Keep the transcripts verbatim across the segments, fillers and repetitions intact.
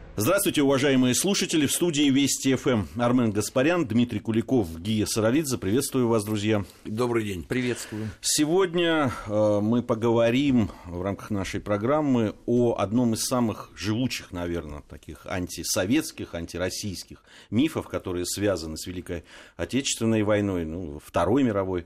Здравствуйте, уважаемые слушатели. В студии Вести ФМ Армен Гаспарян, Дмитрий Куликов, Гия Саралидзе. Приветствую вас, друзья. Добрый день. Приветствую. Сегодня э, мы поговорим в рамках нашей программы о одном из самых живучих, наверное, таких антисоветских, антироссийских мифов, которые связаны с Великой Отечественной войной, ну, Второй мировой.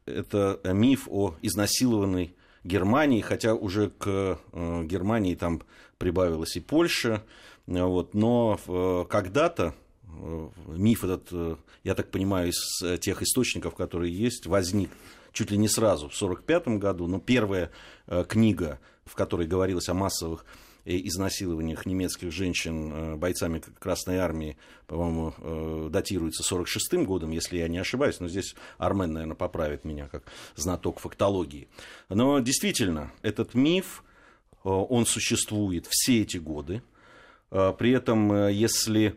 Это миф о изнасилованной Германии, хотя уже к э, Германии там прибавилась и Польша. Вот, но э, когда-то э, миф этот, э, я так понимаю, из тех источников, которые есть, возник чуть ли не сразу, в сорок пятом году. Но первая э, книга, в которой говорилось о массовых э, изнасилованиях немецких женщин э, бойцами Красной Армии, по-моему, э, датируется сорок шестым годом, если я не ошибаюсь. Но здесь Армен, наверное, поправит меня как знаток фактологии. Но действительно, этот миф, э, он существует все эти годы. При этом, если,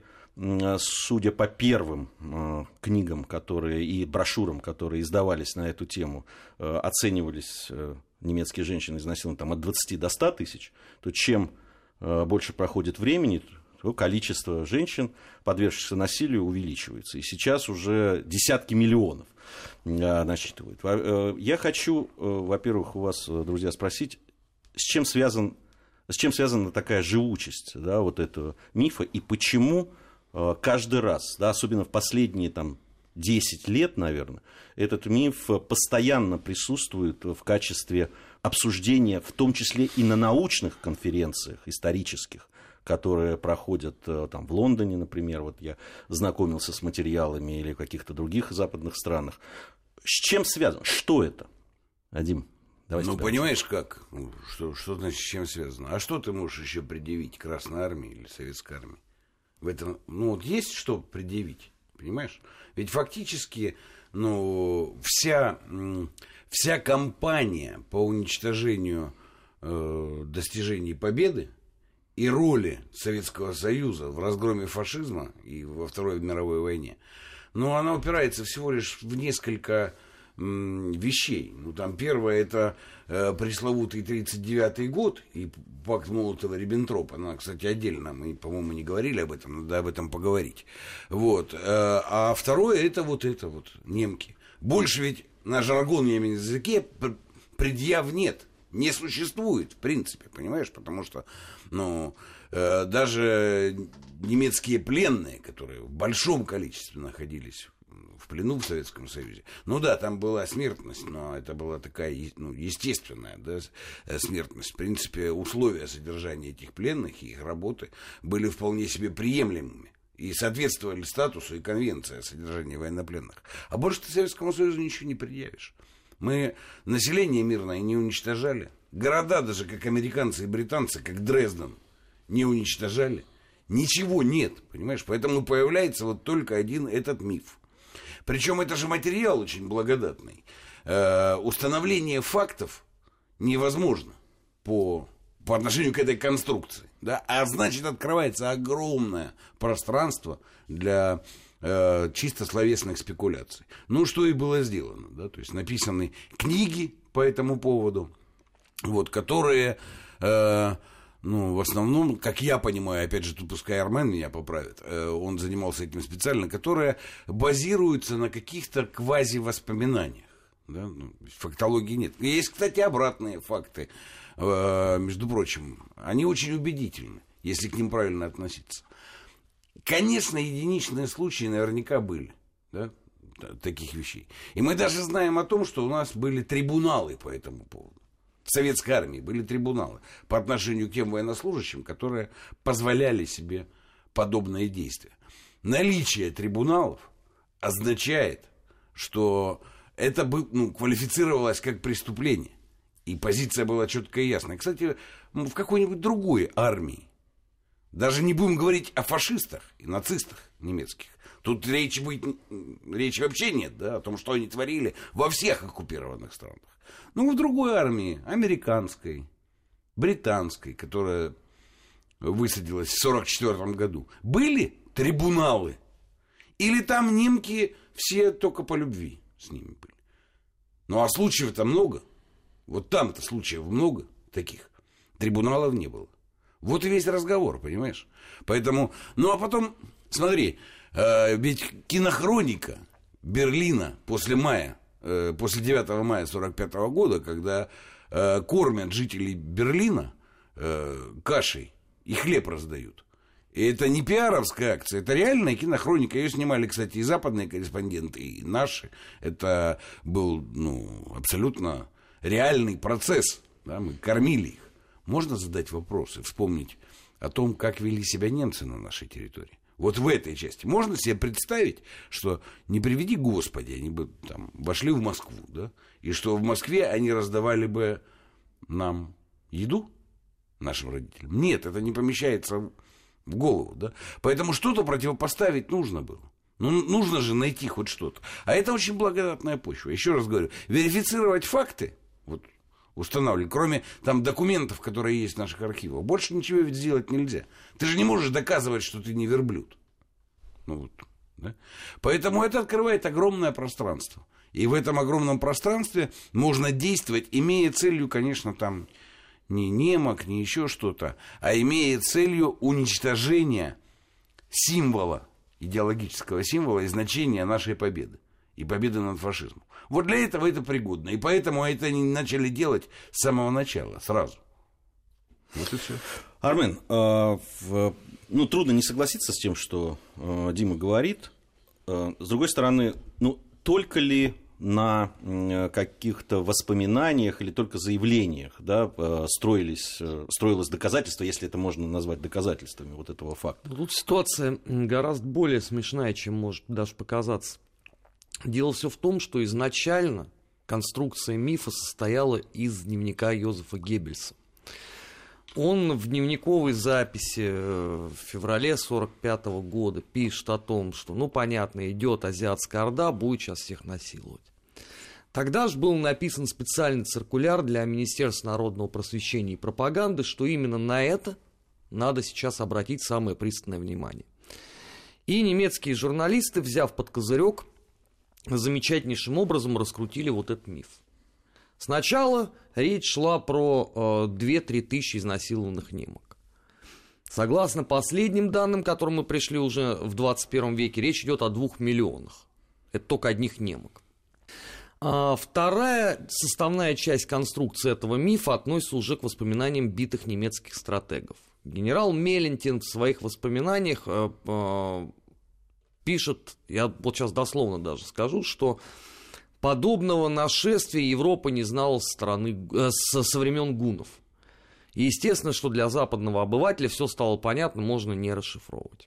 судя по первым книгам, которые, и брошюрам, которые издавались на эту тему, оценивались немецкие женщины изнасилованные там, от двадцати до ста тысяч, то чем больше проходит времени, то количество женщин, подвергшихся насилию, увеличивается. И сейчас уже десятки миллионов насчитывают. Я хочу, во-первых, у вас, друзья, спросить, с чем связан С чем связана такая живучесть, да, вот этого мифа, и почему э, каждый раз, да, особенно в последние там, десять лет, наверное, этот миф постоянно присутствует в качестве обсуждения, в том числе и на научных конференциях исторических, которые проходят э, там, в Лондоне, например, вот я знакомился с материалами, или в каких-то других западных странах. С чем связано? Что это, Адим? Давайте ну, понимаешь, как? Что, что значит, с чем связано? А что ты можешь еще предъявить Красной Армии или Советской Армии? В этом, ну, вот есть что предъявить, понимаешь? Ведь фактически, ну, вся, вся кампания по уничтожению э, достижений победы и роли Советского Союза в разгроме фашизма и во Второй мировой войне, ну, она упирается всего лишь в несколько вещей. Ну, там первое, это э, пресловутый тридцать девятый год и пакт Молотова-Риббентропа. Ну, кстати, отдельно, мы, по-моему, не говорили об этом, надо об этом поговорить. Вот. Э, а второе, это вот это вот, немки. Больше ведь на жаргонном языке предъяв нет, не существует, в принципе, понимаешь? Потому что, ну, э, даже немецкие пленные, которые в большом количестве находились в плену в Советском Союзе. Ну да, там была смертность, но это была такая, ну, естественная, да, смертность. В принципе, условия содержания этих пленных и их работы были вполне себе приемлемыми и соответствовали статусу и конвенции о содержании военнопленных. А больше ты Советскому Союзу ничего не предъявишь. Мы население мирное не уничтожали. Города, даже как американцы и британцы, как Дрезден, не уничтожали. Ничего нет, понимаешь? Поэтому появляется вот только один этот миф. Причем это же материал очень благодатный. Э, установление фактов невозможно по, по отношению к этой конструкции. Да? А значит, открывается огромное пространство для э, чисто словесных спекуляций. Ну, что и было сделано. Да? То есть написаны книги по этому поводу, вот, которые... Э, Ну, в основном, как я понимаю, опять же, тут пускай Армен меня поправит, он занимался этим специально, которые базируются на каких-то квази-воспоминаниях. Да? Фактологии нет. И есть, кстати, обратные факты, между прочим. Они очень убедительны, если к ним правильно относиться. Конечно, единичные случаи наверняка были, да, таких вещей. И мы даже знаем о том, что у нас были трибуналы по этому поводу. В Советской армии были трибуналы по отношению к тем военнослужащим, которые позволяли себе подобные действия. Наличие трибуналов означает, что это бы, ну, квалифицировалось как преступление. И позиция была четкая и ясная. Кстати, в какой-нибудь другой армии, даже не будем говорить о фашистах и нацистах немецких, тут речи, быть, речи вообще нет, да, о том, что они творили во всех оккупированных странах. Ну, в другой армии, американской, британской, которая высадилась в сорок четвёртом году, были трибуналы? Или там немки все только по любви с ними были? Ну, а случаев-то много. Вот там-то случаев много таких. Трибуналов не было. Вот и весь разговор, понимаешь? Поэтому, ну а потом, смотри, э, ведь кинохроника Берлина после мая, э, после девятого мая сорок пятого года, когда э, кормят жителей Берлина э, кашей и хлеб раздают. И это не пиаровская акция, это реальная кинохроника. Ее снимали, кстати, и западные корреспонденты, и наши. Это был, ну, абсолютно реальный процесс. Да? Мы кормили их. Можно задать вопросы, вспомнить о том, как вели себя немцы на нашей территории. Вот в этой части. Можно себе представить, что, не приведи Господи, они бы там вошли в Москву, да? И что в Москве они раздавали бы нам еду, нашим родителям? Нет, это не помещается в голову, да? Поэтому что-то противопоставить нужно было. Ну, нужно же найти хоть что-то. А это очень благодатная почва. Еще раз говорю, верифицировать факты, вот, устанавливать, кроме там документов, которые есть в наших архивах, больше ничего ведь сделать нельзя. Ты же не можешь доказывать, что ты не верблюд. Ну, вот, да? Поэтому это открывает огромное пространство. И в этом огромном пространстве можно действовать, имея целью, конечно, там не немок, не еще что-то, а имея целью уничтожения символа, идеологического символа и значения нашей победы. И победы над фашизмом. Вот для этого это пригодно. И поэтому это они начали делать с самого начала, сразу. Вот и все. Армен, э, в, ну, трудно не согласиться с тем, что э, Дима говорит. Э, с другой стороны, ну, только ли на э, каких-то воспоминаниях или только заявлениях, да, э, строились, э, строилось доказательство, если это можно назвать доказательствами вот этого факта? Тут ситуация гораздо более смешная, чем может даже показаться. Дело все в том, что изначально конструкция мифа состояла из дневника Йозефа Геббельса. Он в дневниковой записи в феврале сорок пятого года пишет о том, что, ну, понятно, идет азиатская орда, будет сейчас всех насиловать. Тогда же был написан специальный циркуляр для Министерства народного просвещения и пропаганды, что именно на это надо сейчас обратить самое пристальное внимание. И немецкие журналисты, взяв под козырек, замечательнейшим образом раскрутили вот этот миф. Сначала речь шла про э, две-три тысячи изнасилованных немок. Согласно последним данным, к которым мы пришли уже в двадцать первом веке, речь идет о двух миллионах. Это только одних немок. А вторая составная часть конструкции этого мифа относится уже к воспоминаниям битых немецких стратегов. Генерал Мелентин в своих воспоминаниях э, э, пишет, я вот сейчас дословно даже скажу, что подобного нашествия Европа не знала со, стороны, э, со, со времен гуннов. И естественно, что для западного обывателя все стало понятно, можно не расшифровывать.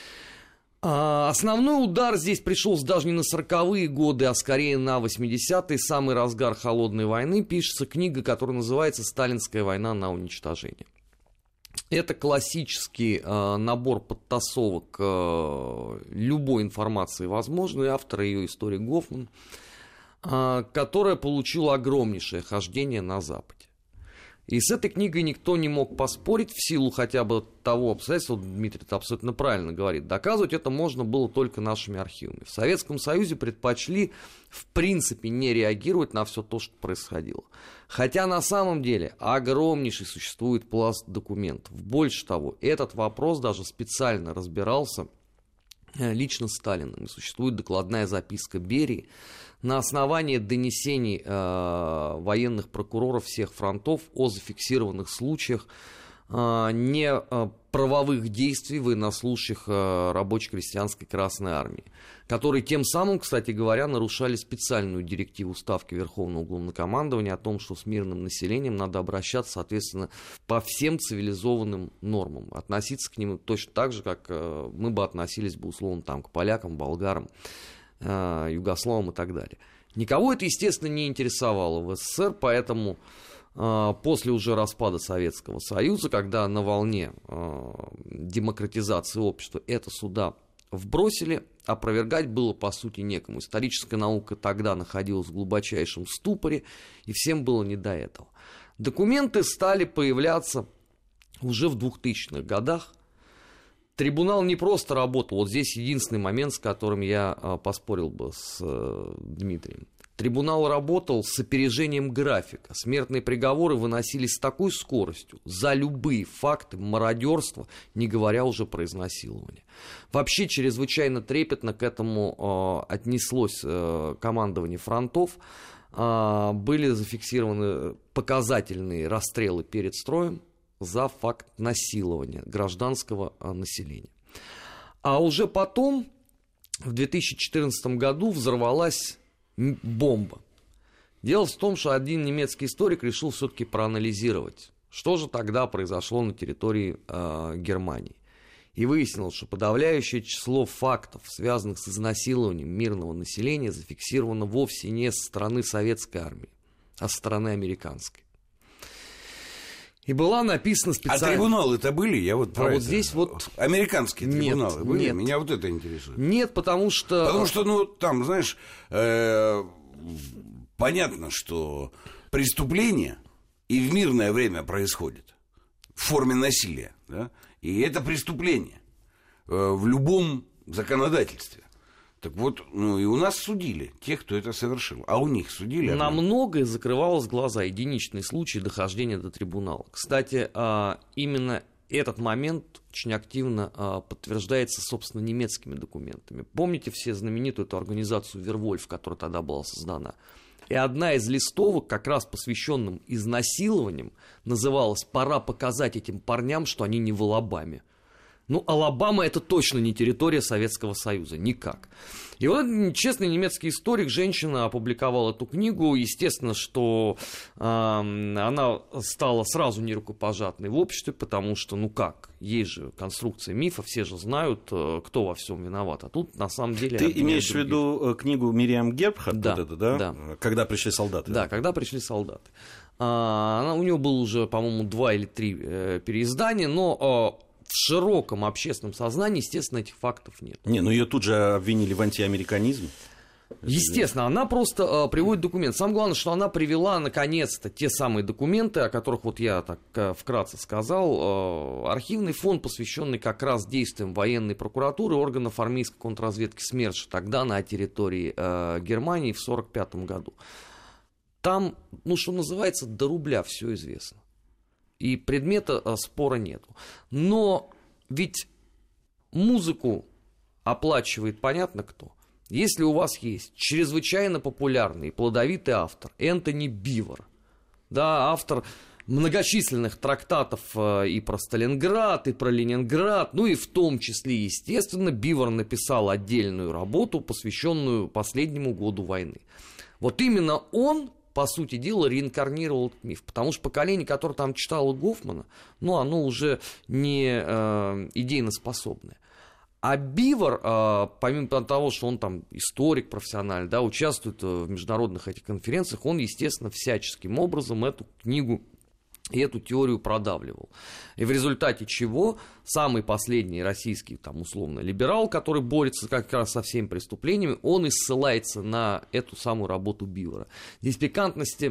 А основной удар здесь пришелся даже не на сороковые годы, а скорее на восьмидесятые, самый разгар холодной войны, пишется книга, которая называется «Сталинская война на уничтожение». Это классический э, набор подтасовок э, любой информации возможной, автор ее истории Гофман, э, которая получила огромнейшее хождение на Западе. И с этой книгой никто не мог поспорить в силу хотя бы того обстоятельства, Дмитрий это абсолютно правильно говорит, доказывать это можно было только нашими архивами. В Советском Союзе предпочли в принципе не реагировать на все то, что происходило. Хотя на самом деле огромнейший существует пласт документов. Больше того, этот вопрос даже специально разбирался лично Сталиным. И существует докладная записка Берии на основании донесений э, военных прокуроров всех фронтов о зафиксированных случаях э, неправовых действий военнослужащих э, рабоче-крестьянской Красной Армии, которые тем самым, кстати говоря, нарушали специальную директиву Ставки Верховного Главнокомандования о том, что с мирным населением надо обращаться, соответственно, по всем цивилизованным нормам, относиться к ним точно так же, как э, мы бы относились бы, условно, там, к полякам, болгарам, югославам и так далее. Никого это, естественно, не интересовало в СССР, поэтому э, после уже распада Советского Союза, когда на волне э, демократизации общества это сюда вбросили, опровергать было, по сути, некому. Историческая наука тогда находилась в глубочайшем ступоре, и всем было не до этого. Документы стали появляться уже в двухтысячных годах. Трибунал не просто работал, вот здесь единственный момент, с которым я а, поспорил бы с а, Дмитрием. Трибунал работал с опережением графика. Смертные приговоры выносились с такой скоростью за любые факты мародерства, не говоря уже про изнасилование. Вообще чрезвычайно трепетно к этому э, отнеслось э, командование фронтов. Э, были зафиксированы показательные расстрелы перед строем за факт насилования гражданского э, населения. А уже потом, в две тысячи четырнадцатом году, взорвалась бомба. Дело в том, что один немецкий историк решил все-таки проанализировать, что же тогда произошло на территории э, Германии. И выяснилось, что подавляющее число фактов, связанных с изнасилованием мирного населения, зафиксировано вовсе не со стороны советской армии, а со стороны американской. И была написана специально... А трибуналы-то были? Я вот про а это. вот здесь вот... Американские трибуналы нет, были? Нет. Меня вот это интересует. Нет, потому что... Потому что, ну, там, знаешь, э, понятно, что преступление и в мирное время происходит в форме насилия, да? И это преступление э, в любом законодательстве. Так вот, ну и у нас судили тех, кто это совершил. А у них судили? На многое закрывалось глаза. Единичные случаи дохождения до трибунала. Кстати, именно этот момент очень активно подтверждается, собственно, немецкими документами. Помните все знаменитую эту организацию Вервольф, которая тогда была создана? И одна из листовок, как раз посвященным изнасилованиям, называлась «Пора показать этим парням, что они не в Алабаме». Ну, Алабама — это точно не территория Советского Союза, никак. И вот честный немецкий историк, женщина, опубликовала эту книгу. Естественно, что э, она стала сразу нерукопожатной в обществе, потому что, ну как, есть же конструкция мифа, все же знают, э, кто во всем виноват. А тут, на самом деле... Ты имеешь других. в виду книгу Мириам Гербхарт, да, вот это, да? да? «Когда пришли солдаты». Да, «Когда пришли солдаты». А, она, у нее было уже, по-моему, два или три э, переиздания, но... Э, в широком общественном сознании, естественно, этих фактов нет. Не, ну ее тут же обвинили в антиамериканизме. Естественно, она просто э, приводит документы. Самое главное, что она привела, наконец-то, те самые документы, о которых вот я так э, вкратце сказал. Э, архивный фонд, посвященный как раз действиям военной прокуратуры, органов армейской контрразведки СМЕРШ, тогда на территории э, Германии в сорок пятом году. Там, ну, что называется, до рубля все известно. И предмета а, спора нету. Но ведь музыку оплачивает понятно кто. Если у вас есть чрезвычайно популярный и плодовитый автор Энтони Бивер, да, автор многочисленных трактатов а, и про Сталинград, и про Ленинград, ну и в том числе, естественно, Бивер написал отдельную работу, посвященную последнему году войны. Вот именно он, по сути дела, реинкарнировал этот миф. Потому что поколение, которое там читало Гофмана, ну, оно уже не э, идейно способное. А Бивер, э, помимо того, что он там историк профессиональный, да, участвует в международных этих конференциях, он, естественно, всяческим образом эту книгу и эту теорию продавливал. И в результате чего самый последний российский, там, условно, либерал, который борется как раз со всеми преступлениями, он и ссылается на эту самую работу Бивера. Здесь пикантности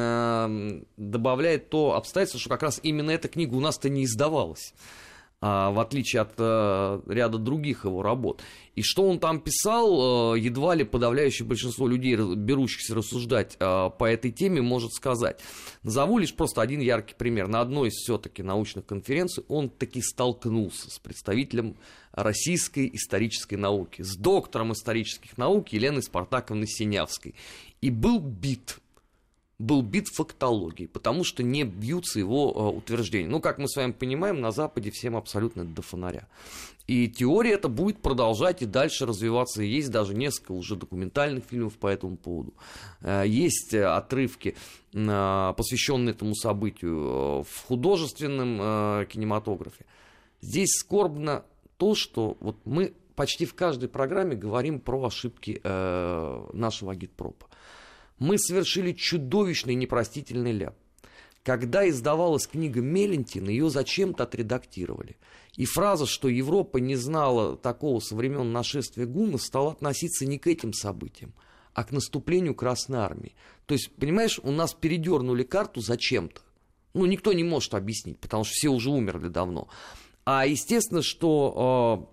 э, добавляет то обстоятельство, что как раз именно эта книга у нас-то не издавалась, а, в отличие от а, ряда других его работ. И что он там писал, а, едва ли подавляющее большинство людей, берущихся рассуждать а, по этой теме, может сказать. Назову лишь просто один яркий пример. На одной из все-таки научных конференций он таки столкнулся с представителем российской исторической науки, с доктором исторических наук Еленой Спартаковной Синявской. И был бит. был бит фактологией, потому что не бьются его э, утверждения. Ну, как мы с вами понимаем, на Западе всем абсолютно до фонаря. И теория эта будет продолжать и дальше развиваться. Есть даже несколько уже документальных фильмов по этому поводу. Э, есть отрывки, э, посвященные этому событию э, в художественном э, кинематографе. Здесь скорбно то, что вот мы почти в каждой программе говорим про ошибки э, нашего агитпропа. Мы совершили чудовищный непростительный ляп. Когда издавалась книга Мелентина, ее зачем-то отредактировали. И фраза, что Европа не знала такого со времен нашествия гуннов, стала относиться не к этим событиям, а к наступлению Красной Армии. То есть, понимаешь, у нас передернули карту зачем-то. Ну, никто не может объяснить, потому что все уже умерли давно. А естественно, что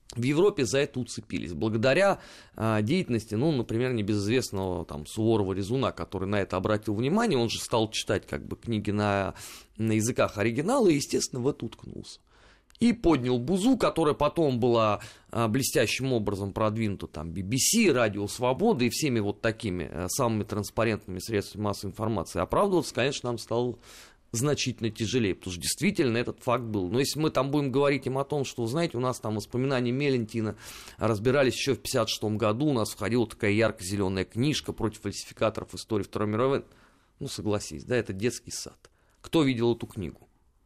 в Европе за это уцепились. Благодаря а, деятельности, ну, например, небезызвестного там Суворова-Резуна, который на это обратил внимание, он же стал читать как бы книги на, на языках оригинала и, естественно, в это уткнулся. И поднял бузу, которая потом была а, блестящим образом продвинута там би би си, Радио Свобода и всеми вот такими а, самыми транспарентными средствами массовой информации. Оправдываться, конечно, нам стало значительно тяжелее, потому что действительно этот факт был. Но если мы там будем говорить им о том, что, знаете, у нас там воспоминания Мелентина разбирались еще в пятьдесят шестом году, у нас входила такая ярко-зеленая книжка против фальсификаторов истории Второй мировой войны. Ну, согласись, да, это детский сад. Кто видел эту книгу?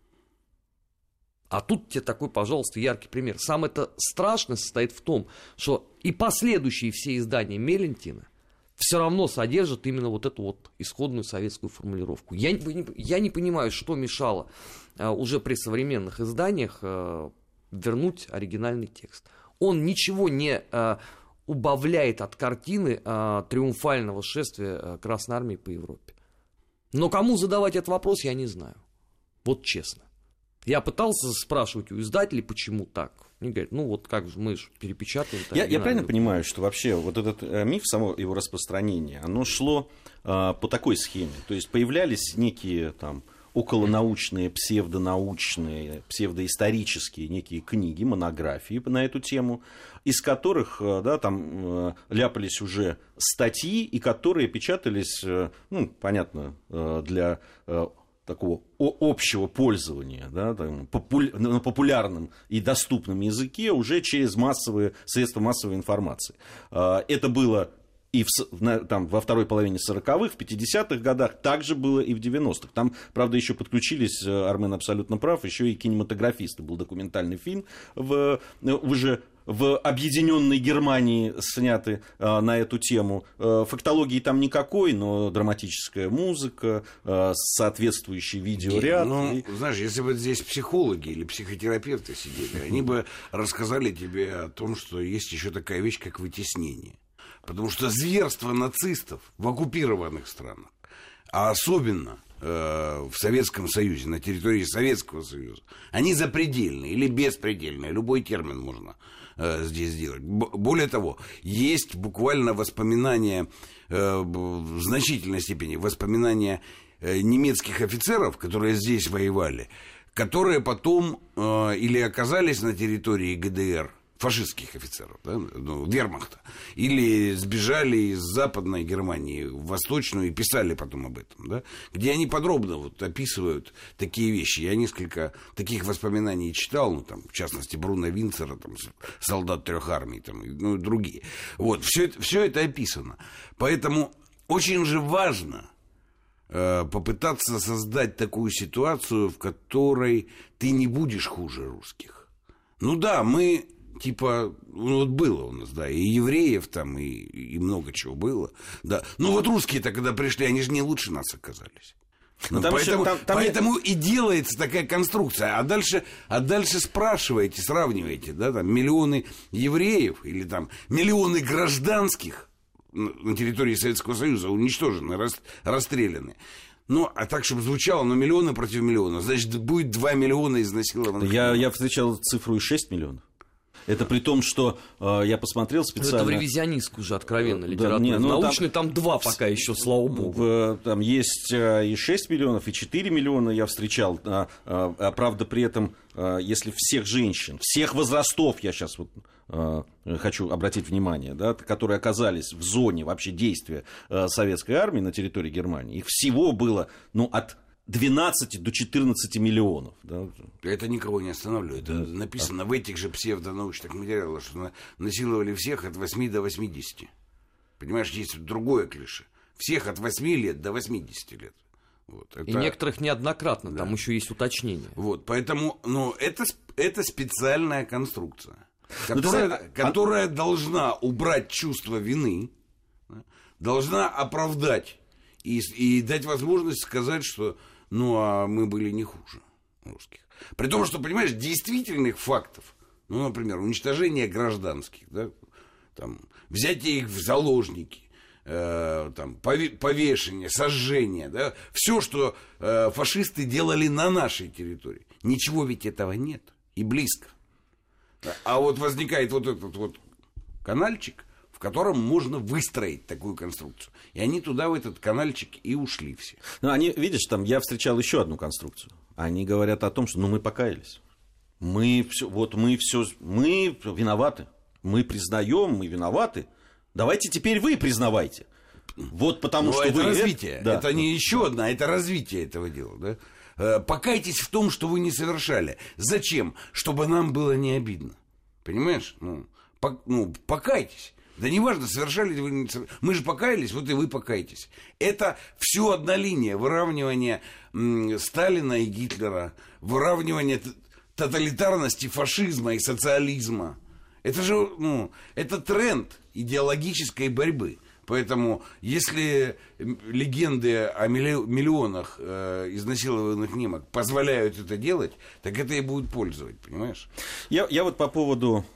А тут тебе такой, пожалуйста, яркий пример. Самое это страшное состоит в том, что и последующие все издания Мелентина все равно содержат именно вот эту вот исходную советскую формулировку. Я не, я не понимаю, что мешало а, уже при современных изданиях а, вернуть оригинальный текст. Он ничего не а, убавляет от картины а, триумфального шествия а, Красной Армии по Европе. Но кому задавать этот вопрос, я не знаю. Вот честно. Я пытался спрашивать у издателей, почему так. Они говорят, ну вот как же, мы же перепечатали. Я, я правильно понимаю, что вообще вот этот э, миф, само его распространение, оно шло э, по такой схеме. То есть появлялись некие там околонаучные, псевдонаучные, псевдоисторические некие книги, монографии на эту тему, из которых э, да, там э, ляпались уже статьи, и которые печатались, э, ну, понятно, э, для... Э, такого общего пользования, да, там, популя... на популярном и доступном языке уже через массовые средства массовой информации. Это было и в, там, во второй половине сороковых, в пятидесятых годах, также было и в девяностых. Там, правда, еще подключились, Армен абсолютно прав, еще и кинематографисты. Был документальный фильм в, уже в объединенной Германии сняты а, на эту тему. А, фактологии там никакой, но драматическая музыка, а, соответствующий видеоряд. Ну, и... знаешь, если бы здесь психологи или психотерапевты сидели, они бы рассказали тебе о том, что есть еще такая вещь, как вытеснение. Потому что зверство нацистов в оккупированных странах, а особенно э, в Советском Союзе, на территории Советского Союза, они запредельные или беспредельные, любой термин можно э, здесь сделать. Б- более того, есть буквально воспоминания, э, в значительной степени воспоминания э, немецких офицеров, которые здесь воевали, которые потом э, или оказались на территории ГДР, фашистских офицеров, да, ну, вермахта, или сбежали из Западной Германии в Восточную и писали потом об этом, да, где они подробно вот описывают такие вещи. Я несколько таких воспоминаний читал, ну, там, в частности, Бруно Винцера, там, «Солдат трех армий», там, ну, и другие. Вот, все это, все это описано. Поэтому очень же важно э, попытаться создать такую ситуацию, в которой ты не будешь хуже русских. Ну да, мы... Типа, ну вот было у нас, да, и евреев там, и, и много чего было, да. Ну вот русские-то, когда пришли, они же не лучше нас оказались. Ну, поэтому еще, там, там поэтому нет... и делается такая конструкция. А дальше, а дальше спрашиваете, сравниваете, да, там миллионы евреев или там миллионы гражданских на территории Советского Союза уничтожены, рас, расстреляны. Ну, а так, чтобы звучало, ну, миллионы против миллиона, значит, будет два миллиона изнасилованных. Я, я встречал цифру и шесть миллионов. Это при том, что э, я посмотрел специально... Это в ревизионистскую же откровенно литературу. Да, не, ну, научный там, там два пока еще, слава богу. В, там есть э, и шесть миллионов, и четыре миллиона я встречал. А, а, а правда, при этом, а, если всех женщин, всех возрастов, я сейчас вот а, хочу обратить внимание, да, которые оказались в зоне вообще действия а, советской армии на территории Германии, их всего было, ну, от... двенадцати до четырнадцати миллионов. Да. Это никого не останавливает. Да. Написано а... в этих же псевдонаучных материалах, что насиловали всех от восьми до восьмидесяти. Понимаешь, есть другое клише. Всех от восьми лет до восьмидесяти лет. Вот. Это... И некоторых неоднократно, да. Там еще есть уточнения. Вот, поэтому, ну, это, это специальная конструкция, которая, знаешь, которая а... должна убрать чувство вины, должна оправдать и, и дать возможность сказать, что ну, а мы были не хуже русских. При том, что, понимаешь, действительных фактов, ну, например, уничтожение гражданских, да, там, взятие их в заложники, э, там, повешение, сожжение, да, все, что э, фашисты делали на нашей территории. Ничего ведь этого нет и близко. А вот возникает вот этот вот канальчик, в котором можно выстроить такую конструкцию. И они туда, в этот канальчик, и ушли все. Ну, они, видишь, там я встречал еще одну конструкцию. Они говорят о том, что ну, мы покаялись. Мы все, вот мы все, мы виноваты. Мы признаем, мы виноваты. Давайте теперь вы признавайте. Вот потому Но что это вы... развитие. Да. Это не еще одна, это развитие этого дела. Да? Покайтесь в том, что вы не совершали. Зачем? Чтобы нам было не обидно. Понимаешь? Ну, по, ну покайтесь. Да неважно, совершали ли вы не совершали. Мы же покаялись, вот и вы покайтесь. Это все одна линия. Выравнивание м, Сталина и Гитлера. Выравнивание т- тоталитарности, фашизма и социализма. Это же, ну, это тренд идеологической борьбы. Поэтому, если легенды о миллионах э, изнасилованных немок позволяют это делать, так это и будет пользовать, понимаешь? Я, я вот по поводу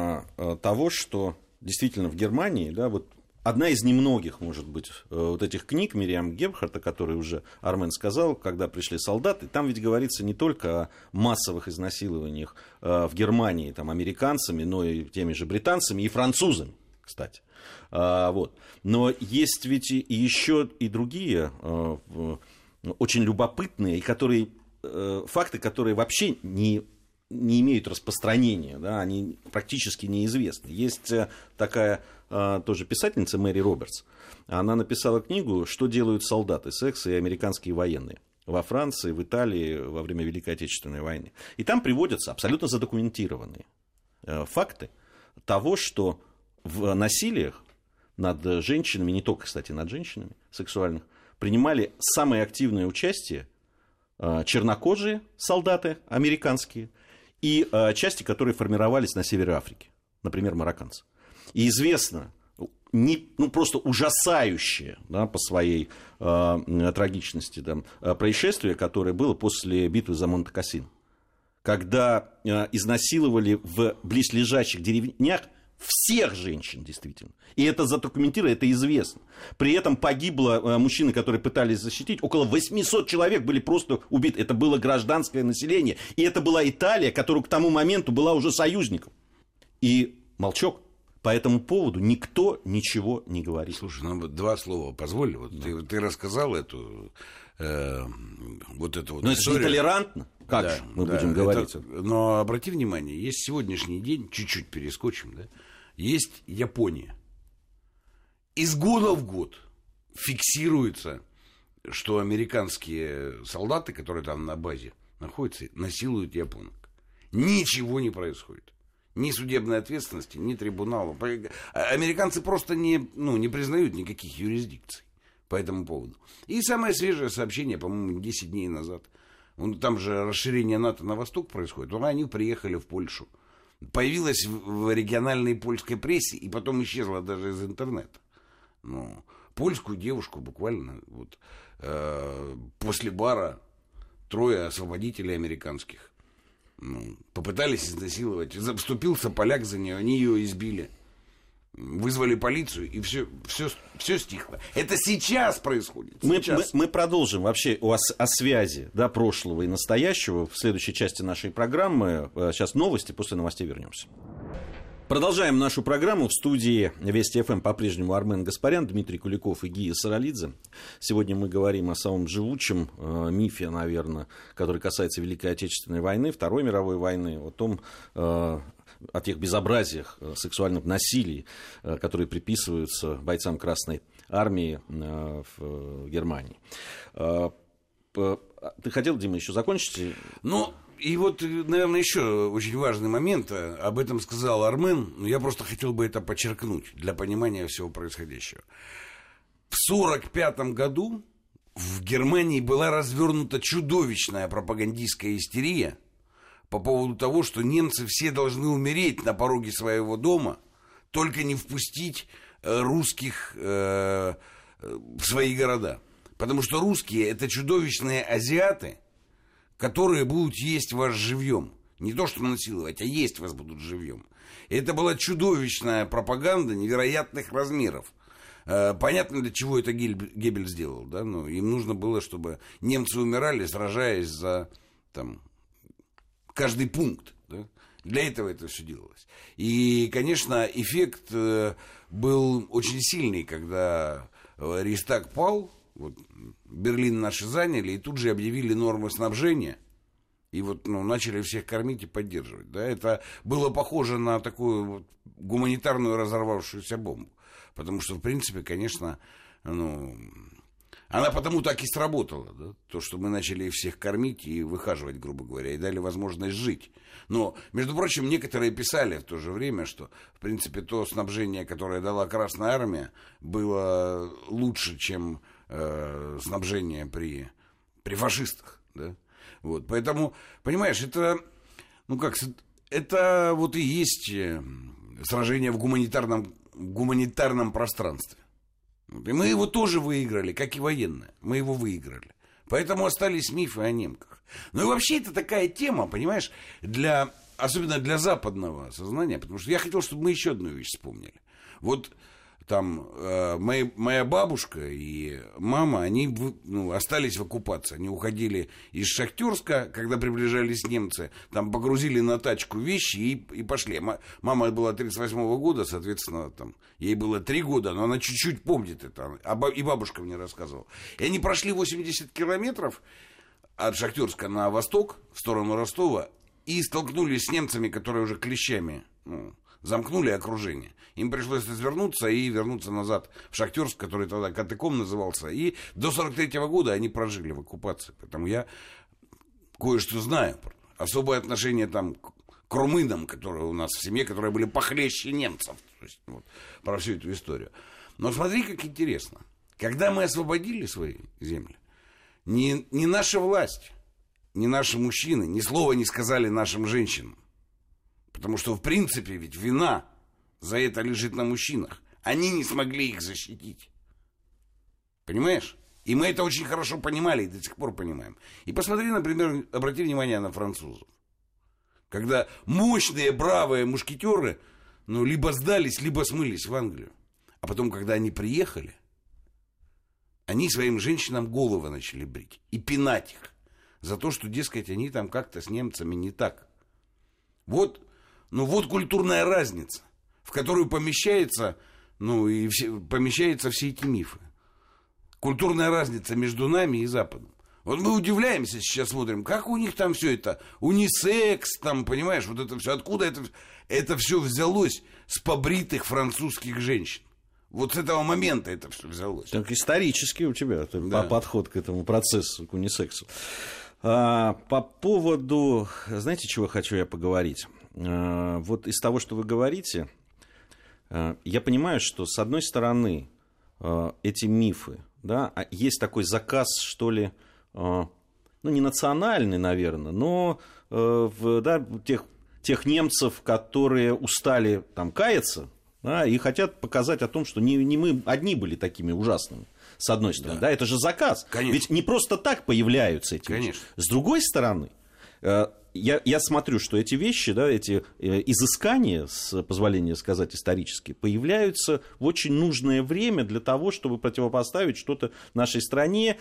э, того, что действительно в Германии, да, вот одна из немногих, может быть, вот этих книг Мириам Гебхарта, которые уже Армен сказал, когда пришли солдаты, там ведь говорится не только о массовых изнасилованиях э, в Германии там, американцами, но и теми же британцами и французами, кстати. А, вот. Но есть ведь и еще и другие э, очень любопытные, и которые, э, факты, которые вообще не, не имеют распространения, да, они практически неизвестны. Есть такая э, тоже писательница Мэри Робертс. Она написала книгу «Что делают солдаты, секс и американские военные» во Франции, в Италии во время Великой Отечественной войны. И там приводятся абсолютно задокументированные э, факты того, что в насилиях над женщинами, не только, кстати, над женщинами сексуальных, принимали самое активное участие э, чернокожие солдаты американские и э, части, которые формировались на севере Африки, например, марокканцы. И известно, не, ну, просто ужасающее, да, по своей э, трагичности там, происшествие, которое было после битвы за Монте-Кассино, когда э, изнасиловали в близлежащих деревнях всех женщин, действительно. И это задокументировано, это известно. При этом погибло э, мужчины, которые пытались защитить, около восемьсот человек были просто убиты. Это было гражданское население. И это была Италия, которая к тому моменту была уже союзником. И молчок. По этому поводу никто ничего не говорит. Слушай, ну два слова позволь. Вот да. ты, ты рассказал эту э, вот эту вот Но историю. Это же нетолерантно. Как да, же мы да, будем говорить? Это, но обрати внимание, есть сегодняшний день, чуть-чуть перескочим, да, есть Япония. Из года в год фиксируется, что американские солдаты, которые там на базе находятся, насилуют японок. Ничего не происходит. Ни судебной ответственности, ни трибунала. Американцы просто не, ну, не признают никаких юрисдикций по этому поводу. И самое свежее сообщение, по-моему, десять дней назад. Там же расширение НАТО на восток происходит. Вот они приехали в Польшу. Появилась в региональной польской прессе и потом исчезла даже из интернета. Ну, польскую девушку буквально вот, э, после бара трое освободителей американских ну, попытались изнасиловать. Вступился поляк за нее, они ее избили. Вызвали полицию, и все, все, все стихло. Это сейчас происходит. Сейчас. Мы, мы, мы продолжим вообще о, о связи да, прошлого и настоящего в следующей части нашей программы. Сейчас новости, после новостей вернемся. Продолжаем нашу программу. В студии Вести ФМ по-прежнему Армен Гаспарян, Дмитрий Куликов и Гия Саралидзе. Сегодня мы говорим о самом живучем э, мифе, наверное, который касается Великой Отечественной войны, Второй мировой войны, о том, э, о тех безобразиях э, сексуальных насилий, э, которые приписываются бойцам Красной Армии э, в э, Германии. Э, э, ты хотел, Дима, еще закончить? Ну... И вот, наверное, еще очень важный момент, об этом сказал Армен, но я просто хотел бы это подчеркнуть для понимания всего происходящего. В сорок пятом году в Германии была развернута чудовищная пропагандистская истерия по поводу того, что немцы все должны умереть на пороге своего дома, только не впустить русских э, в свои города. Потому что русские – это чудовищные азиаты, которые будут есть вас живьем. Не то, что насиловать, а есть вас будут живьем. И это была чудовищная пропаганда невероятных размеров. Понятно, для чего это Геббель сделал. Да? Ну, им нужно было, чтобы немцы умирали, сражаясь за там, каждый пункт. Да? Для этого это все делалось. И, конечно, эффект был очень сильный, когда Рейхстаг пал, вот, Берлин наши заняли, и тут же объявили нормы снабжения. И вот, ну, начали всех кормить и поддерживать. Да? Это было похоже на такую вот гуманитарную разорвавшуюся бомбу. Потому что, в принципе, конечно, ну, она потому так и сработала. Да? То, что мы начали всех кормить и выхаживать, грубо говоря, и дали возможность жить. Но, между прочим, некоторые писали в то же время, что, в принципе, то снабжение, которое дала Красная Армия, было лучше, чем э, снабжение при, при фашистах. Да? Вот, поэтому, понимаешь, это, ну как, это вот и есть сражение в гуманитарном, гуманитарном пространстве. И мы его тоже выиграли, как и военное. Мы его выиграли. Поэтому остались мифы о немках. Ну и вообще это такая тема, понимаешь, для, особенно для западного сознания, потому что я хотел, чтобы мы еще одну вещь вспомнили. Вот там э, моя, моя бабушка и мама, они ну, остались в оккупации. Они уходили из Шахтерска, когда приближались немцы, там погрузили на тачку вещи и, и пошли. Мама была тридцать восьмого года, соответственно, там, ей было три года, но она чуть-чуть помнит это. И бабушка мне рассказывала. И они прошли восемьдесят километров от Шахтерска на восток, в сторону Ростова, и столкнулись с немцами, которые уже клещами ну, замкнули окружение. Им пришлось развернуться и вернуться назад в Шахтерск, который тогда Катыком назывался. И до сорок третьего года они прожили в оккупации. Поэтому я кое-что знаю. Особое отношение там к румынам, которые у нас в семье, которые были похлеще немцев. То есть, вот, про всю эту историю. Но смотри, как интересно. Когда мы освободили свои земли, ни, ни наша власть, ни наши мужчины ни слова не сказали нашим женщинам. Потому что, в принципе, ведь вина за это лежит на мужчинах. Они не смогли их защитить. Понимаешь? И мы это очень хорошо понимали и до сих пор понимаем. И посмотри, например, обрати внимание на французов. Когда мощные, бравые мушкетеры, ну, либо сдались, либо смылись в Англию. А потом, когда они приехали, они своим женщинам головы начали брить и пинать их за то, что, дескать, они там как-то с немцами не так. Вот, ну, вот культурная разница, в которую помещается, ну, и все, помещаются все эти мифы. Культурная разница между нами и Западом. Вот мы удивляемся сейчас, смотрим, как у них там все это, унисекс, там, понимаешь, вот это все, откуда это, это все взялось с побритых французских женщин. Вот с этого момента это все взялось. Так исторически у тебя да. подход к этому процессу, к унисексу. А, по поводу, знаете, чего хочу я поговорить? А, вот из того, что вы говорите, а, я понимаю, что с одной стороны а, эти мифы, да, есть такой заказ, что ли, а, ну не национальный, наверное, но а, в, да, тех, тех немцев, которые устали там каяться, да, и хотят показать о том, что не, не мы одни были такими ужасными. С одной стороны, да, да это же заказ. Конечно. Ведь не просто так появляются эти Конечно. вещи. С другой стороны, я, я смотрю, что эти вещи, да, эти изыскания, с позволения сказать исторически, появляются в очень нужное время для того, чтобы противопоставить что-то нашей стране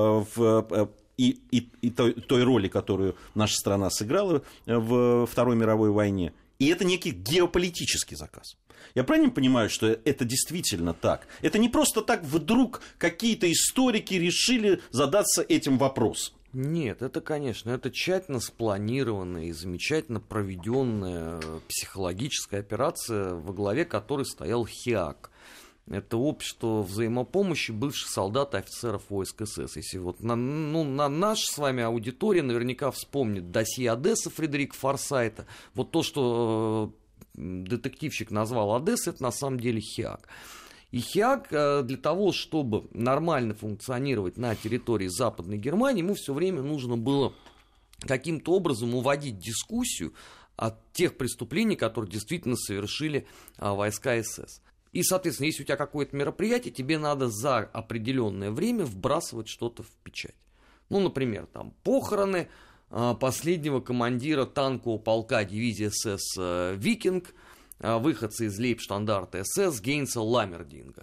в, и, и, и той, той роли, которую наша страна сыграла в Второй мировой войне. И это некий геополитический заказ. Я правильно понимаю, что это действительно так? Это не просто так вдруг какие-то историки решили задаться этим вопросом? Нет, это, конечно, это тщательно спланированная и замечательно проведенная психологическая операция, во главе которой стоял ХИАК. Это общество взаимопомощи бывших солдат и офицеров войск СС. Если вот на, ну, на наша с вами аудитория наверняка вспомнит досье Одесса Фредерика Форсайта. Вот то, что детективщик назвал Одессой, это на самом деле ХИАК. И ХИАК для того, чтобы нормально функционировать на территории Западной Германии, ему все время нужно было каким-то образом уводить дискуссию от тех преступлений, которые действительно совершили войска СС. И, соответственно, если у тебя какое-то мероприятие, тебе надо за определенное время вбрасывать что-то в печать. Ну, например, там похороны последнего командира танкового полка дивизии СС «Викинг», выходцы из лейбштандарта СС Гейнса Ламмердинга.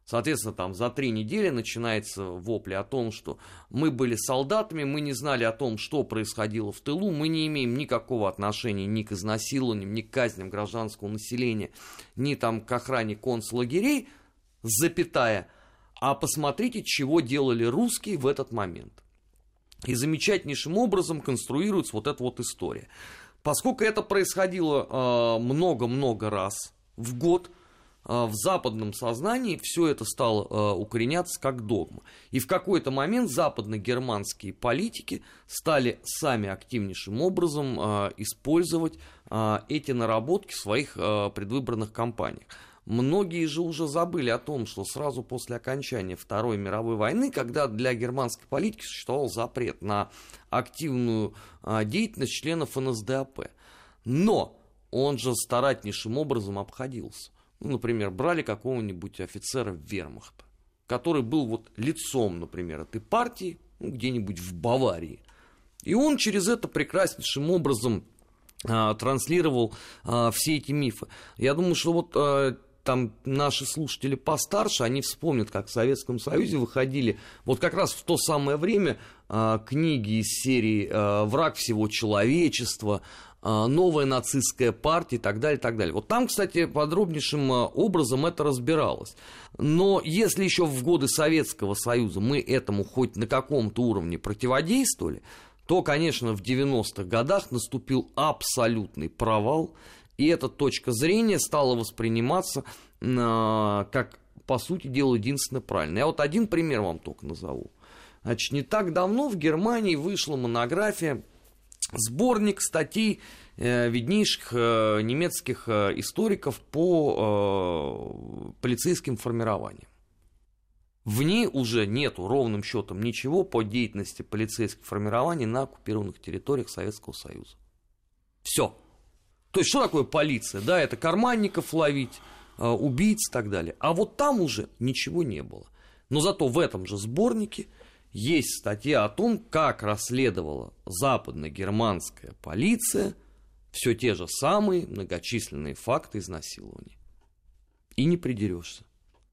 Соответственно, там за три недели начинается вопли о том, что мы были солдатами, мы не знали о том, что происходило в тылу, мы не имеем никакого отношения ни к изнасилованиям, ни к казням гражданского населения, ни там к охране концлагерей, запятая, а посмотрите, чего делали русские в этот момент. И замечательнейшим образом конструируется вот эта вот история. Поскольку это происходило э, много-много раз в год, в западном сознании все это стало э, укореняться как догма. И в какой-то момент западно-германские политики стали сами активнейшим образом э, использовать э, эти наработки в своих э, предвыборных кампаниях. Многие же уже забыли о том, что сразу после окончания Второй мировой войны, когда для германской политики существовал запрет на активную э, деятельность членов эн эс дэ а пэ. Но он же старательнейшим образом обходился. Ну, например, брали какого-нибудь офицера вермахта, который был вот лицом, например, этой партии, ну, где-нибудь в Баварии. И он через это прекраснейшим образом а, транслировал а, все эти мифы. Я думаю, что вот а, там наши слушатели постарше, они вспомнят, как в Советском Союзе выходили вот как раз в то самое время а, книги из серии а, «Враг всего человечества», «Новая нацистская партия» и так далее, и так далее. Вот там, кстати, подробнейшим образом это разбиралось. Но если еще в годы Советского Союза мы этому хоть на каком-то уровне противодействовали, то, конечно, в девяностых годах наступил абсолютный провал, и эта точка зрения стала восприниматься э, как, по сути дела, единственно правильно. Я вот один пример вам только назову. Значит, не так давно в Германии вышла монография, сборник статей э, виднейших э, немецких э, историков по э, полицейским формированиям. В ней уже нету ровным счетом ничего по деятельности полицейских формирований на оккупированных территориях Советского Союза. Все. То есть, что такое полиция? Да, это карманников ловить, э, убийц и так далее. А вот там уже ничего не было. Но зато в этом же сборнике есть статья о том, как расследовала западно-германская полиция все те же самые многочисленные факты изнасилования. И не придерешься.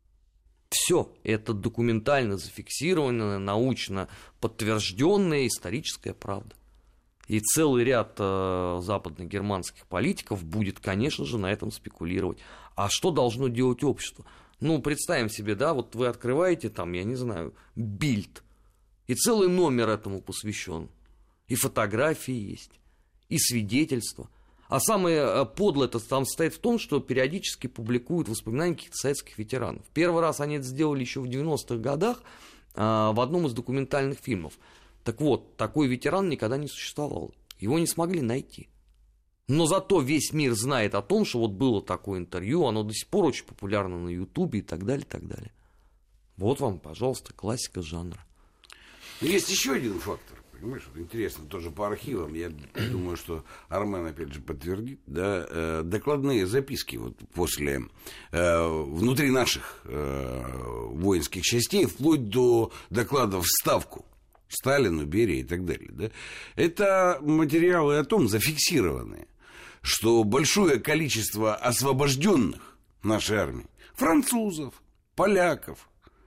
Все это документально зафиксированная, научно подтвержденная историческая правда. И целый ряд э, западно-германских политиков будет, конечно же, на этом спекулировать. А что должно делать общество? Ну, представим себе, да, вот вы открываете там, я не знаю, Бильд, и целый номер этому посвящен. И фотографии есть, и свидетельства. А самое подлое это там состоит в том, что периодически публикуют воспоминания каких-то советских ветеранов. Первый раз они это сделали еще в девяностых годах а, в одном из документальных фильмов. Так вот, такой ветеран никогда не существовал. Его не смогли найти. Но зато весь мир знает о том, что вот было такое интервью, оно до сих пор очень популярно на Ютубе и так далее, и так далее. Вот вам, пожалуйста, классика жанра. Есть еще один фактор, понимаешь, вот интересно, тоже по архивам, я думаю, что Армен опять же подтвердит, да, э, докладные записки вот после, э, внутри наших э, воинских частей, вплоть до докладов в Ставку Сталину, Берии и так далее, да, это материалы о том, зафиксированные, что большое количество освобожденных нашей армии, французов, поляков,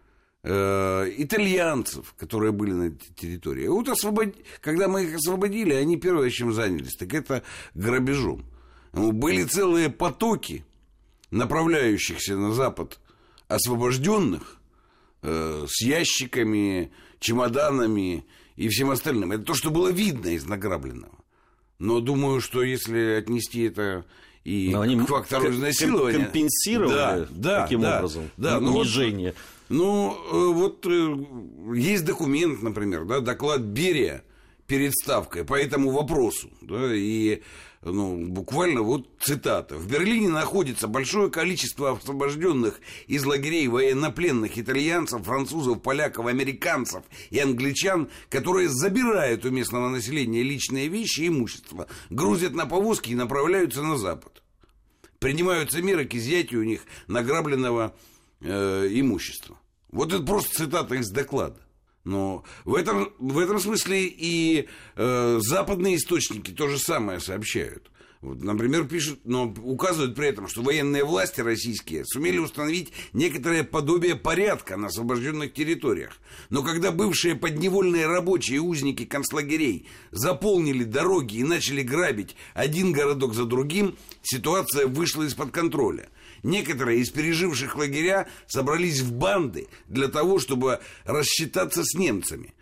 итальянцев, которые были на этой территории. Вот освобод... когда мы их освободили, они первое, чем занялись, так это грабежом. Были целые потоки, направляющихся на запад освобожденных, э, с ящиками, чемоданами и всем остальным. Это то, что было видно из награбленного. Но думаю, что если отнести это и к фактору изнасилования... Компенсировали да, да, таким да, образом да, унижение. Ну, вот, ну, вот есть документ, например, да, доклад Берия перед Ставкой по этому вопросу. Да, и ну, буквально вот цитата. В Берлине находится большое количество освобожденных из лагерей военнопленных итальянцев, французов, поляков, американцев и англичан, которые забирают у местного населения личные вещи и имущество, грузят на повозки и направляются на запад. Принимаются меры к изъятию у них награбленного э, имущества. Вот это просто цитата из доклада. Но в этом, в этом смысле и э, западные источники то же самое сообщают. Вот, например, пишут, но указывают при этом, что военные власти российские сумели установить некоторое подобие порядка на освобожденных территориях. Но когда бывшие подневольные рабочие и узники концлагерей заполнили дороги и начали грабить один городок за другим, ситуация вышла из-под контроля. Некоторые из переживших лагеря собрались в банды для того, чтобы рассчитаться с немцами.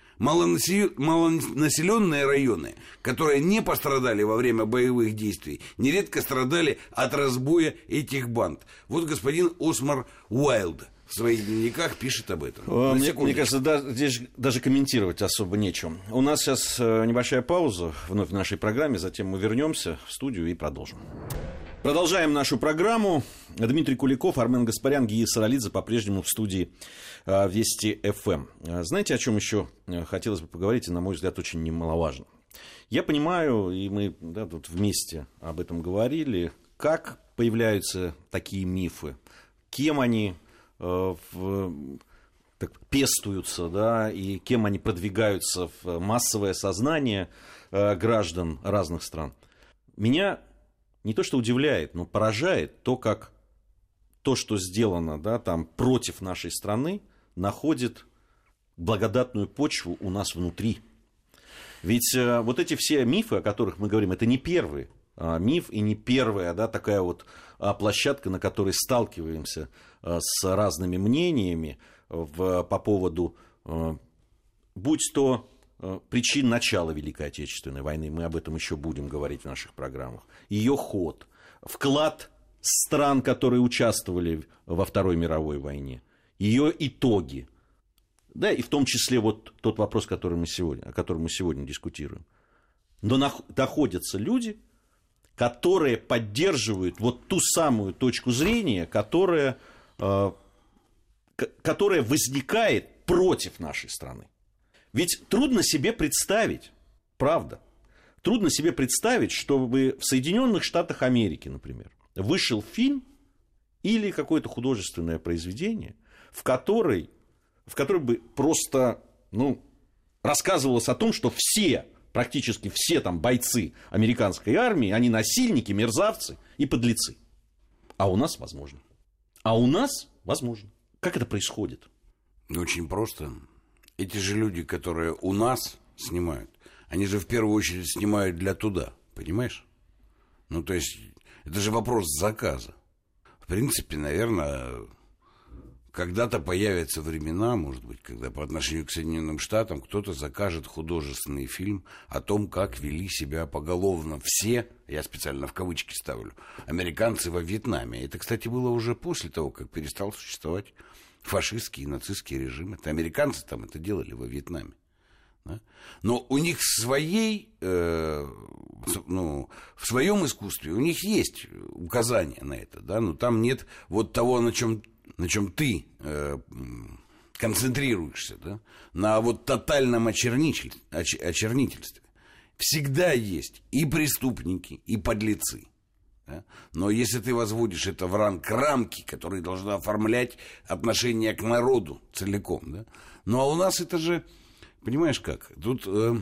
Малонаселенные районы, которые не пострадали во время боевых действий, нередко страдали от разбоя этих банд. Вот господин Осмар Уайлд в своих дневниках пишет об этом. Мне, мне кажется, да, здесь даже комментировать особо нечем. У нас сейчас небольшая пауза вновь в нашей программе, затем мы вернемся в студию и продолжим. Продолжаем нашу программу. Дмитрий Куликов, Армен Гаспарян, Гия Саралидзе по-прежнему в студии Вести эф эм. Знаете, о чем еще хотелось бы поговорить, и, на мой взгляд, очень немаловажно. Я понимаю, и мы да, тут вместе об этом говорили, как появляются такие мифы, кем они э, в, так, пестуются, да, и кем они продвигаются в массовое сознание э, граждан разных стран. Меня не то что удивляет, но поражает то, как то, что сделано да, там, против нашей страны, находит благодатную почву у нас внутри. Ведь э, вот эти все мифы, о которых мы говорим, это не первый э, миф и не первая да, такая вот э, площадка, на которой сталкиваемся э, с разными мнениями в, по поводу, э, будь то э, причин начала Великой Отечественной войны, мы об этом еще будем говорить в наших программах, ее ход, вклад стран, которые участвовали во Второй мировой войне, ее итоги, да, и в том числе вот тот вопрос, который мы сегодня, о котором мы сегодня дискутируем. Но находятся люди, которые поддерживают вот ту самую точку зрения, которая, э, которая возникает против нашей страны. Ведь трудно себе представить, правда, трудно себе представить, чтобы в Соединенных Штатах Америки, например, вышел фильм или какое-то художественное произведение, в которой, в которой бы просто ну, рассказывалось о том, что все, практически все там бойцы американской армии, они насильники, мерзавцы и подлецы. А у нас возможно. А у нас возможно. Как это происходит? Очень просто. Эти же люди, которые у нас снимают, они же в первую очередь снимают для туда, понимаешь? Ну, то есть, это же вопрос заказа. В принципе, наверное, когда-то появятся времена, может быть, когда по отношению к Соединенным Штатам кто-то закажет художественный фильм о том, как вели себя поголовно все, я специально в кавычки ставлю, американцы во Вьетнаме. Это, кстати, было уже после того, как перестал существовать фашистский и нацистский режим. Это американцы там это делали во Вьетнаме. Да? Но у них в своей, э, ну, в своем искусстве у них есть указания на это, да? Но там нет вот того, на чем, на чем ты э, концентрируешься, да? На вот тотальном очернитель, оч, очернительстве. Всегда есть и преступники, и подлецы. Да? Но если ты возводишь это в ранг рамки, которые должны оформлять отношение к народу целиком, да? Ну а у нас это же... Понимаешь как? Тут, э,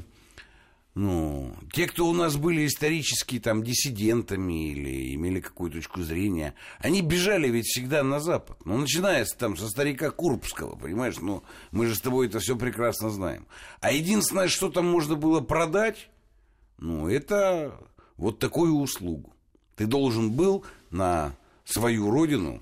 ну, те, кто у нас были исторически там диссидентами или имели какую-то точку зрения, они бежали ведь всегда на Запад. Ну, начиная с, там, со старика Курбского, понимаешь? Ну, мы же с тобой это все прекрасно знаем. А единственное, что там можно было продать, ну, это вот такую услугу. Ты должен был на свою родину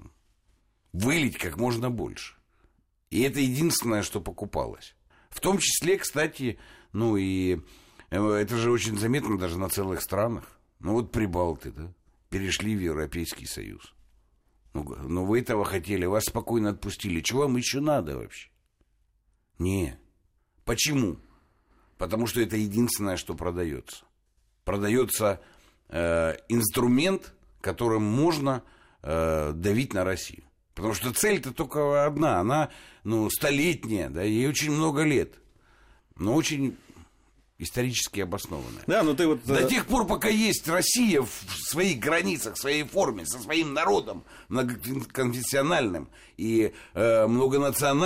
вылить как можно больше. И это единственное, что покупалось. В том числе, кстати, ну и это же очень заметно даже на целых странах. Ну вот прибалты, да, перешли в Европейский Союз. Ну, ну вы этого хотели, вас спокойно отпустили. Чего вам еще надо вообще? Не. Почему? Потому что это единственное, что продается. Продается э, инструмент, которым можно э, давить на Россию. Потому что цель-то только одна, она, ну, столетняя, да, ей очень много лет, но очень исторически обоснованная. Да, но ты вот... До тех пор, пока есть Россия в своих границах, в своей форме, со своим народом многоконфессиональным и э, многонациональным,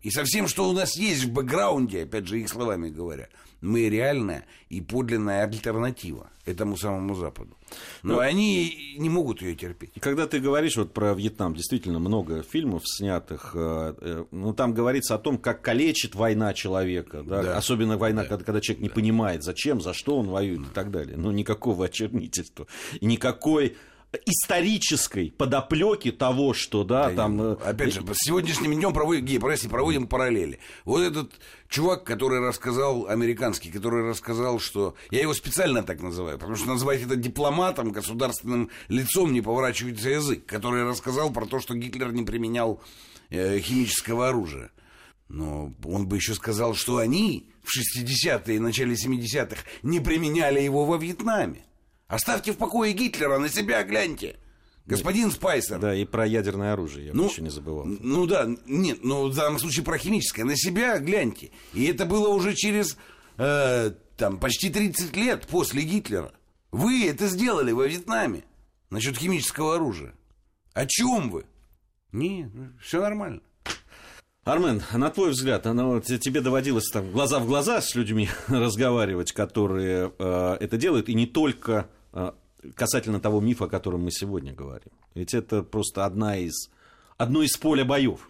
И со всем, что у нас есть в бэкграунде, опять же, их словами говоря, мы реальная и подлинная альтернатива этому самому Западу. Но, Но они не могут ее терпеть. Когда ты говоришь вот про Вьетнам, действительно много фильмов снятых, ну, там говорится о том, как калечит война человека, да? Да. Особенно война, да. когда, когда человек не да. понимает, зачем, за что он воюет да. и так далее. Но никакого очернительства и никакой исторической подоплеки того, что, да, да там... Опять же, с сегодняшним днем проводим, прости, проводим параллели. Вот этот чувак, который рассказал, американский, который рассказал, что... Я его специально так называю, потому что называть это дипломатом, государственным лицом не поворачивается язык, который рассказал про то, что Гитлер не применял э, химического оружия. Но он бы еще сказал, что они в шестидесятые и начале семидесятых не применяли его во Вьетнаме. Оставьте в покое Гитлера, на себя гляньте. Господин нет, Спайсер. Да, и про ядерное оружие я ну, еще не забывал. Ну да, нет, но в данном случае про химическое. На себя гляньте. И это было уже через э, там, почти тридцать лет после Гитлера. Вы это сделали во Вьетнаме насчет химического оружия. О чем вы? Нет, все нормально. Армен, на твой взгляд, оно, тебе доводилось там глаза в глаза с людьми разговаривать, которые э, это делают, и не только э, касательно того мифа, о котором мы сегодня говорим. Ведь это просто одна из, одно из поля боев.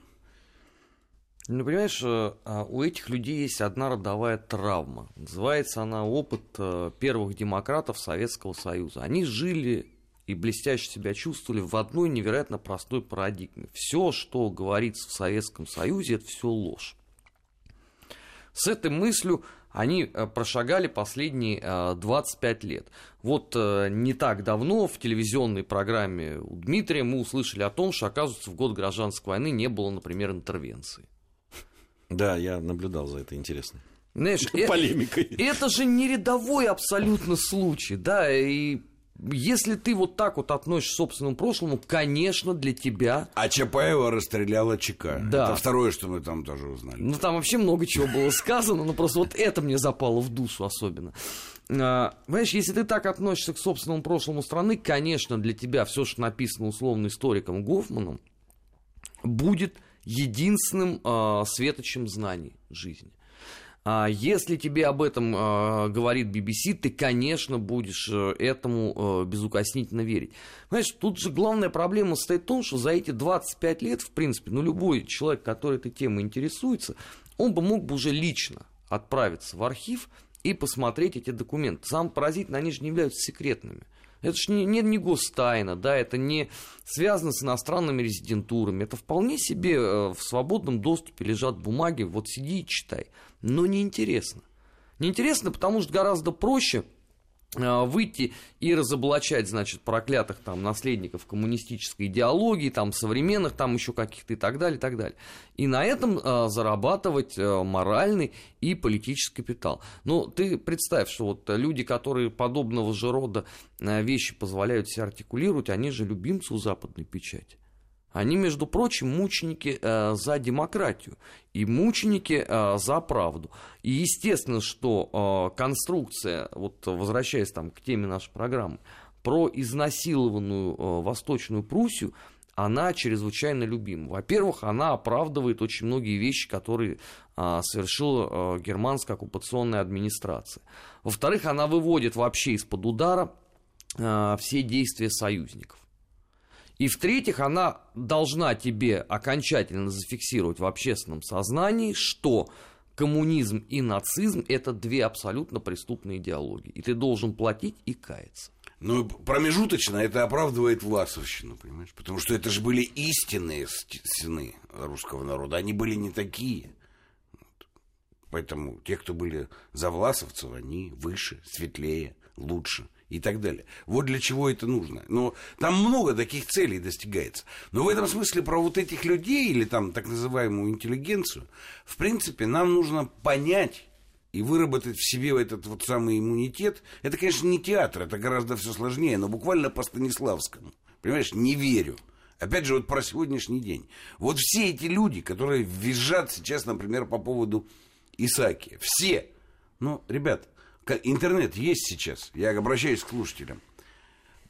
Ну, понимаешь, у этих людей есть одна родовая травма. Называется она опыт первых демократов Советского Союза. Они жили и блестяще себя чувствовали в одной невероятно простой парадигме. Все, что говорится в Советском Союзе, это все ложь. С этой мыслью они прошагали последние двадцать пять лет. Вот не так давно в телевизионной программе у Дмитрия мы услышали о том, что, оказывается, в год гражданской войны не было, например, интервенции. Да, я наблюдал за это, интересно. Знаешь, полемикой. Это, это же не рядовой абсолютно случай, да, и если ты вот так вот относишься к собственному прошлому, конечно, для тебя... А Чапаева расстреляла ЧК. Да. Это второе, что мы там тоже узнали. Ну, там вообще много чего было сказано, но просто вот это мне запало в душу особенно. А, понимаешь, если ты так относишься к собственному прошлому страны, конечно, для тебя все, что написано условно историком Гофманом, будет единственным а, светочем знаний жизни. А если тебе об этом э, говорит би би си, ты, конечно, будешь э, этому э, безукоснительно верить. Понимаешь, тут же главная проблема состоит в том, что за эти двадцать пять лет, в принципе, ну, любой человек, который этой темой интересуется, он бы мог бы уже лично отправиться в архив и посмотреть эти документы. Самое поразительное, они же не являются секретными. Это же не, не, не гостайна, да, это не связано с иностранными резидентурами. Это вполне себе э, в свободном доступе лежат бумаги, вот сиди и читай. Но неинтересно. Неинтересно, потому что гораздо проще э, выйти и разоблачать, значит, проклятых там наследников коммунистической идеологии, там современных, там еще каких-то и так далее, и так далее. И на этом э, зарабатывать э, моральный и политический капитал. Ну, ты представь, что вот люди, которые подобного же рода э, вещи позволяют себе артикулировать, они же любимцы у западной печати. Они, между прочим, мученики э, за демократию и мученики э, за правду. И естественно, что э, конструкция, вот возвращаясь там, к теме нашей программы, про изнасилованную э, Восточную Пруссию, она чрезвычайно любима. Во-первых, она оправдывает очень многие вещи, которые э, совершила э, германская оккупационная администрация. Во-вторых, она выводит вообще из-под удара э, все действия союзников. И в-третьих, она должна тебе окончательно зафиксировать в общественном сознании, что коммунизм и нацизм – это две абсолютно преступные идеологии. И ты должен платить и каяться. Ну, промежуточно это оправдывает власовщину, понимаешь? Потому что это же были истинные сыны русского народа. Они были не такие. Вот. Поэтому те, кто были за власовцев, они выше, светлее, лучше. И так далее. Вот для чего это нужно. Но там много таких целей достигается. Но в этом смысле про вот этих людей, или там так называемую интеллигенцию, в принципе, нам нужно понять и выработать в себе этот вот самый иммунитет. Это, конечно, не театр, это гораздо все сложнее, но буквально по Станиславскому. Понимаешь, не верю. Опять же, вот про сегодняшний день. Вот все эти люди, которые визжат сейчас, например, по поводу Исаакия. Все. Ну, ребят, интернет есть сейчас, я обращаюсь к слушателям.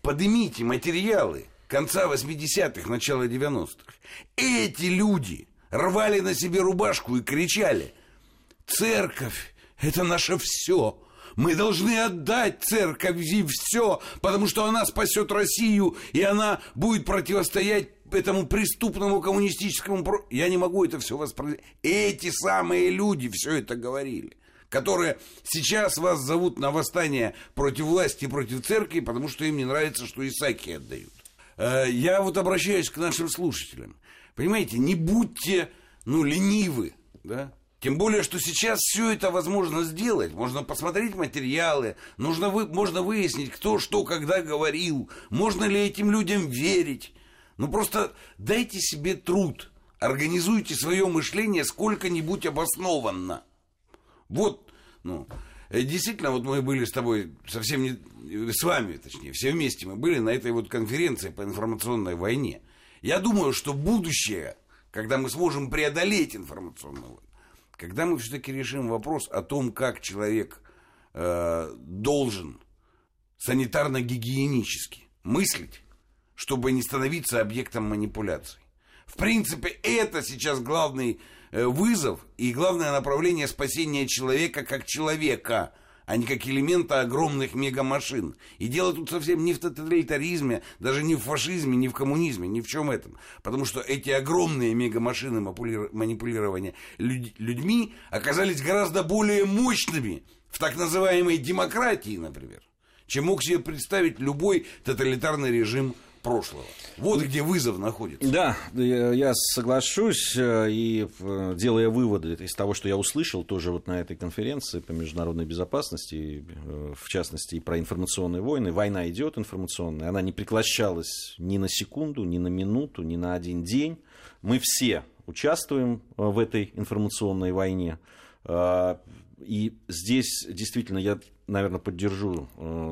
Поднимите материалы конца восьмидесятых, начала девяностых. Эти люди рвали на себе рубашку и кричали: церковь — это наше все. Мы должны отдать церкви все, потому что она спасет Россию, и она будет противостоять этому преступному коммунистическому... Про... Я не могу это все воспроизвести. Эти самые люди все это говорили, которые сейчас вас зовут на восстание против власти и против церкви, потому что им не нравится, что Исааки отдают. Я вот обращаюсь к нашим слушателям. Понимаете, не будьте, ну, ленивы, да? Тем более, что сейчас все это возможно сделать. Можно посмотреть материалы, нужно вы, можно выяснить, кто что когда говорил, можно ли этим людям верить. Ну, просто дайте себе труд, организуйте свое мышление сколько-нибудь обоснованно. Вот, ну, действительно, вот мы были с тобой совсем не... С вами, точнее, все вместе мы были на этой вот конференции по информационной войне. Я думаю, что будущее, когда мы сможем преодолеть информационную войну, когда мы все-таки решим вопрос о том, как человек э, должен санитарно-гигиенически мыслить, чтобы не становиться объектом манипуляций. В принципе, это сейчас главный э, вызов и главное направление спасения человека как человека, а не как элемента огромных мегамашин. И дело тут совсем не в тоталитаризме, даже не в фашизме, не в коммунизме, ни в чем этом. Потому что эти огромные мегамашины манипулирования людьми оказались гораздо более мощными в так называемой демократии, например, чем мог себе представить любой тоталитарный режим прошлого. Вот где вызов находится. Да, я соглашусь, и делая выводы из того, что я услышал тоже вот на этой конференции по международной безопасности, в частности и про информационные войны, война идет информационная, она не прекращалась ни на секунду, ни на минуту, ни на один день. Мы все участвуем в этой информационной войне, и здесь действительно я, наверное, поддержу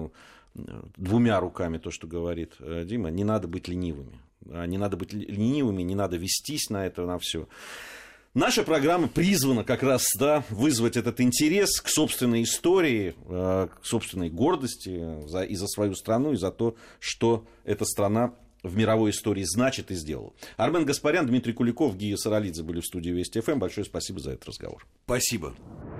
двумя руками то, что говорит Дима, не надо быть ленивыми. Не надо быть ленивыми, не надо вестись на это, на все. Наша программа призвана как раз, да, вызвать этот интерес к собственной истории, к собственной гордости за, и за свою страну, и за то, что эта страна в мировой истории значит и сделала. Армен Гаспарян, Дмитрий Куликов, Гия Саралидзе были в студии Вести ФМ. Большое спасибо за этот разговор. Спасибо.